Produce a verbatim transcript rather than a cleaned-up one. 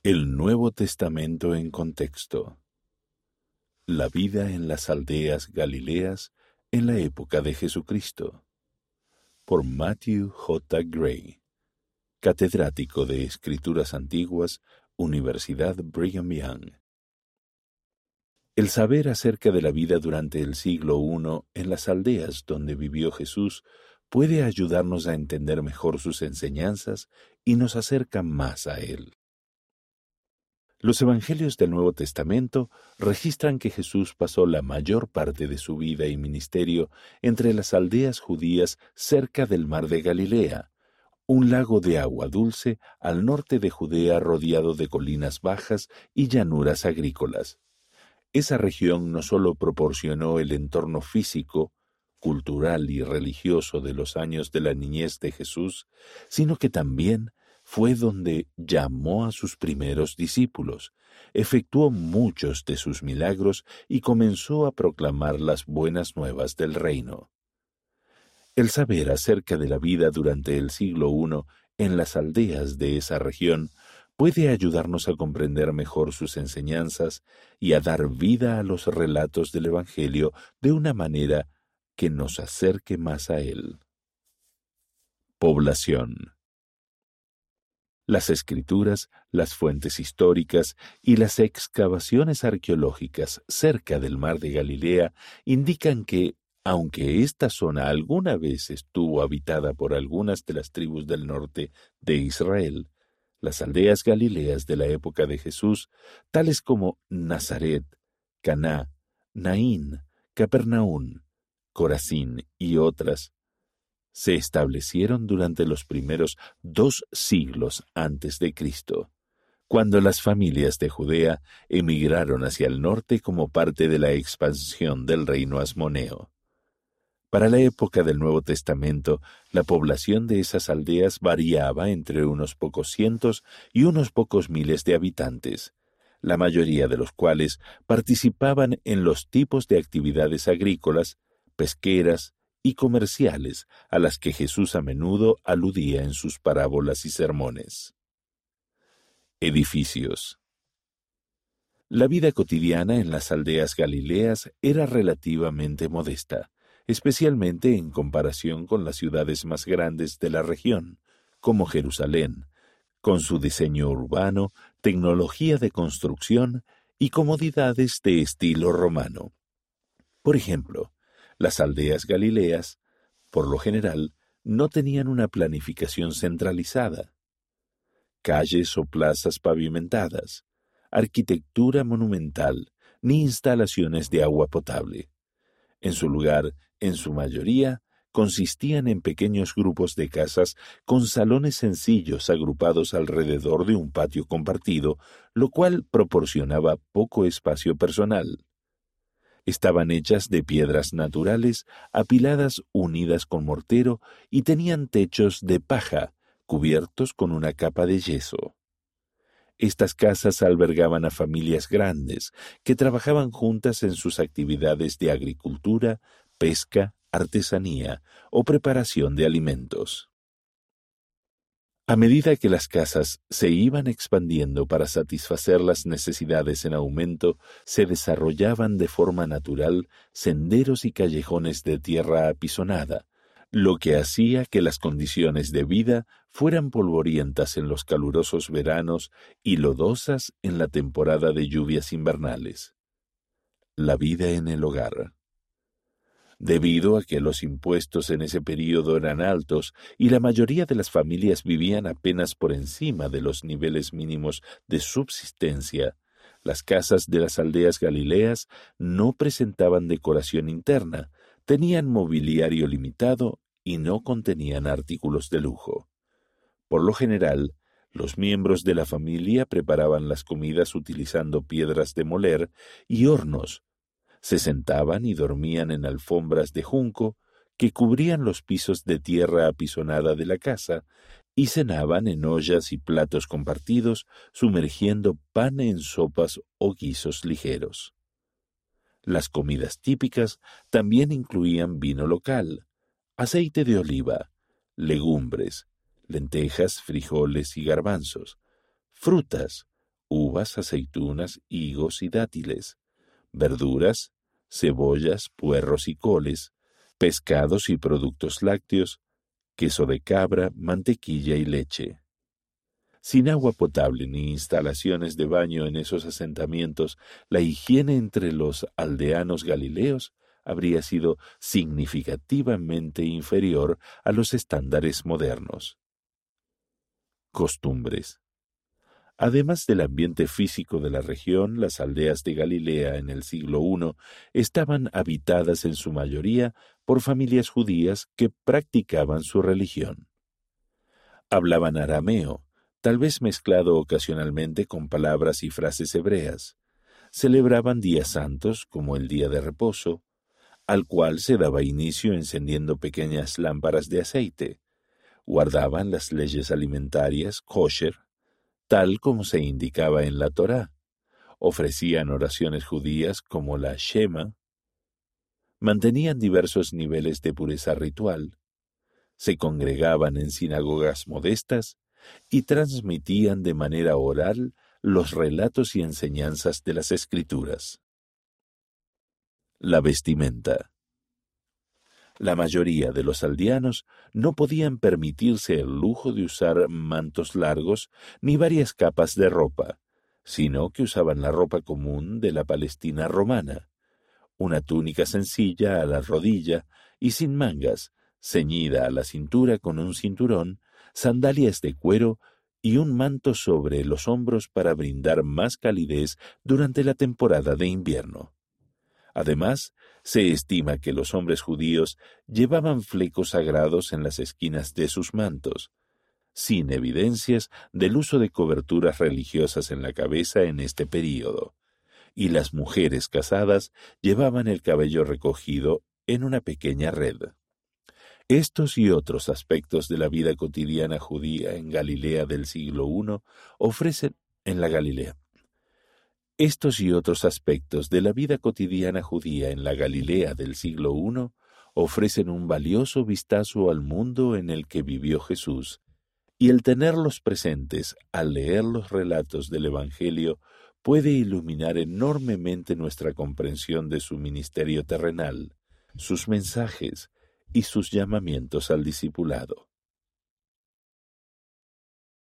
El Nuevo Testamento en contexto. La vida en las aldeas galileas en la época de Jesucristo. Por Matthew J. Gray, catedrático de Escrituras Antiguas, Universidad Brigham Young. El saber acerca de la vida durante el siglo primero en las aldeas donde vivió Jesús puede ayudarnos a entender mejor sus enseñanzas y nos acerca más a Él. Los evangelios del Nuevo Testamento registran que Jesús pasó la mayor parte de su vida y ministerio entre las aldeas judías cerca del mar de Galilea, un lago de agua dulce al norte de Judea rodeado de colinas bajas y llanuras agrícolas. Esa región no solo proporcionó el entorno físico, cultural y religioso de los años de la niñez de Jesús, sino que también fue donde llamó a sus primeros discípulos, efectuó muchos de sus milagros y comenzó a proclamar las buenas nuevas del reino. El saber acerca de la vida durante el siglo primero en las aldeas de esa región puede ayudarnos a comprender mejor sus enseñanzas y a dar vida a los relatos del Evangelio de una manera que nos acerque más a él. Población. Las escrituras, las fuentes históricas y las excavaciones arqueológicas cerca del mar de Galilea indican que, aunque esta zona alguna vez estuvo habitada por algunas de las tribus del norte de Israel, las aldeas galileas de la época de Jesús, tales como Nazaret, Caná, Naín, Capernaum, Corazín y otras, se establecieron durante los primeros dos siglos antes de Cristo, cuando las familias de Judea emigraron hacia el norte como parte de la expansión del reino asmoneo. Para la época del Nuevo Testamento, la población de esas aldeas variaba entre unos pocos cientos y unos pocos miles de habitantes, la mayoría de los cuales participaban en los tipos de actividades agrícolas, pesqueras y comerciales a las que Jesús a menudo aludía en sus parábolas y sermones. Edificios. La vida cotidiana en las aldeas galileas era relativamente modesta, especialmente en comparación con las ciudades más grandes de la región, como Jerusalén, con su diseño urbano, tecnología de construcción y comodidades de estilo romano. Por ejemplo, las aldeas galileas, por lo general, no tenían una planificación centralizada. Calles o plazas pavimentadas, arquitectura monumental, ni instalaciones de agua potable. En su lugar, en su mayoría, consistían en pequeños grupos de casas con salones sencillos agrupados alrededor de un patio compartido, lo cual proporcionaba poco espacio personal. Estaban hechas de piedras naturales, apiladas unidas con mortero, y tenían techos de paja, cubiertos con una capa de yeso. Estas casas albergaban a familias grandes, que trabajaban juntas en sus actividades de agricultura, pesca, artesanía o preparación de alimentos. A medida que las casas se iban expandiendo para satisfacer las necesidades en aumento, se desarrollaban de forma natural senderos y callejones de tierra apisonada, lo que hacía que las condiciones de vida fueran polvorientas en los calurosos veranos y lodosas en la temporada de lluvias invernales. La vida en el hogar. Debido a que los impuestos en ese período eran altos y la mayoría de las familias vivían apenas por encima de los niveles mínimos de subsistencia, las casas de las aldeas galileas no presentaban decoración interna, tenían mobiliario limitado y no contenían artículos de lujo. Por lo general, los miembros de la familia preparaban las comidas utilizando piedras de moler y hornos. Se sentaban y dormían en alfombras de junco que cubrían los pisos de tierra apisonada de la casa y cenaban en ollas y platos compartidos, sumergiendo pan en sopas o guisos ligeros. Las comidas típicas también incluían vino local, aceite de oliva, legumbres, lentejas, frijoles y garbanzos, frutas, uvas, aceitunas, higos y dátiles, verduras, cebollas, puerros y coles, pescados y productos lácteos, queso de cabra, mantequilla y leche. Sin agua potable ni instalaciones de baño en esos asentamientos, la higiene entre los aldeanos galileos habría sido significativamente inferior a los estándares modernos. Costumbres. Además del ambiente físico de la región, las aldeas de Galilea en el siglo primero estaban habitadas en su mayoría por familias judías que practicaban su religión. Hablaban arameo, tal vez mezclado ocasionalmente con palabras y frases hebreas. Celebraban días santos, como el día de reposo, al cual se daba inicio encendiendo pequeñas lámparas de aceite. Guardaban las leyes alimentarias, kosher, tal como se indicaba en la Torá. Ofrecían oraciones judías como la Shema. Mantenían diversos niveles de pureza ritual. Se congregaban en sinagogas modestas y transmitían de manera oral los relatos y enseñanzas de las Escrituras. La vestimenta. La mayoría de los aldeanos no podían permitirse el lujo de usar mantos largos ni varias capas de ropa, sino que usaban la ropa común de la Palestina romana, una túnica sencilla a la rodilla y sin mangas, ceñida a la cintura con un cinturón, sandalias de cuero y un manto sobre los hombros para brindar más calidez durante la temporada de invierno. Además, se estima que los hombres judíos llevaban flecos sagrados en las esquinas de sus mantos, sin evidencias del uso de coberturas religiosas en la cabeza en este período, y las mujeres casadas llevaban el cabello recogido en una pequeña red. Estos y otros aspectos de la vida cotidiana judía en Galilea del siglo primero ofrecen en la Galilea. Estos y otros aspectos de la vida cotidiana judía en la Galilea del siglo primero ofrecen un valioso vistazo al mundo en el que vivió Jesús, y el tenerlos presentes al leer los relatos del Evangelio puede iluminar enormemente nuestra comprensión de su ministerio terrenal, sus mensajes y sus llamamientos al discipulado.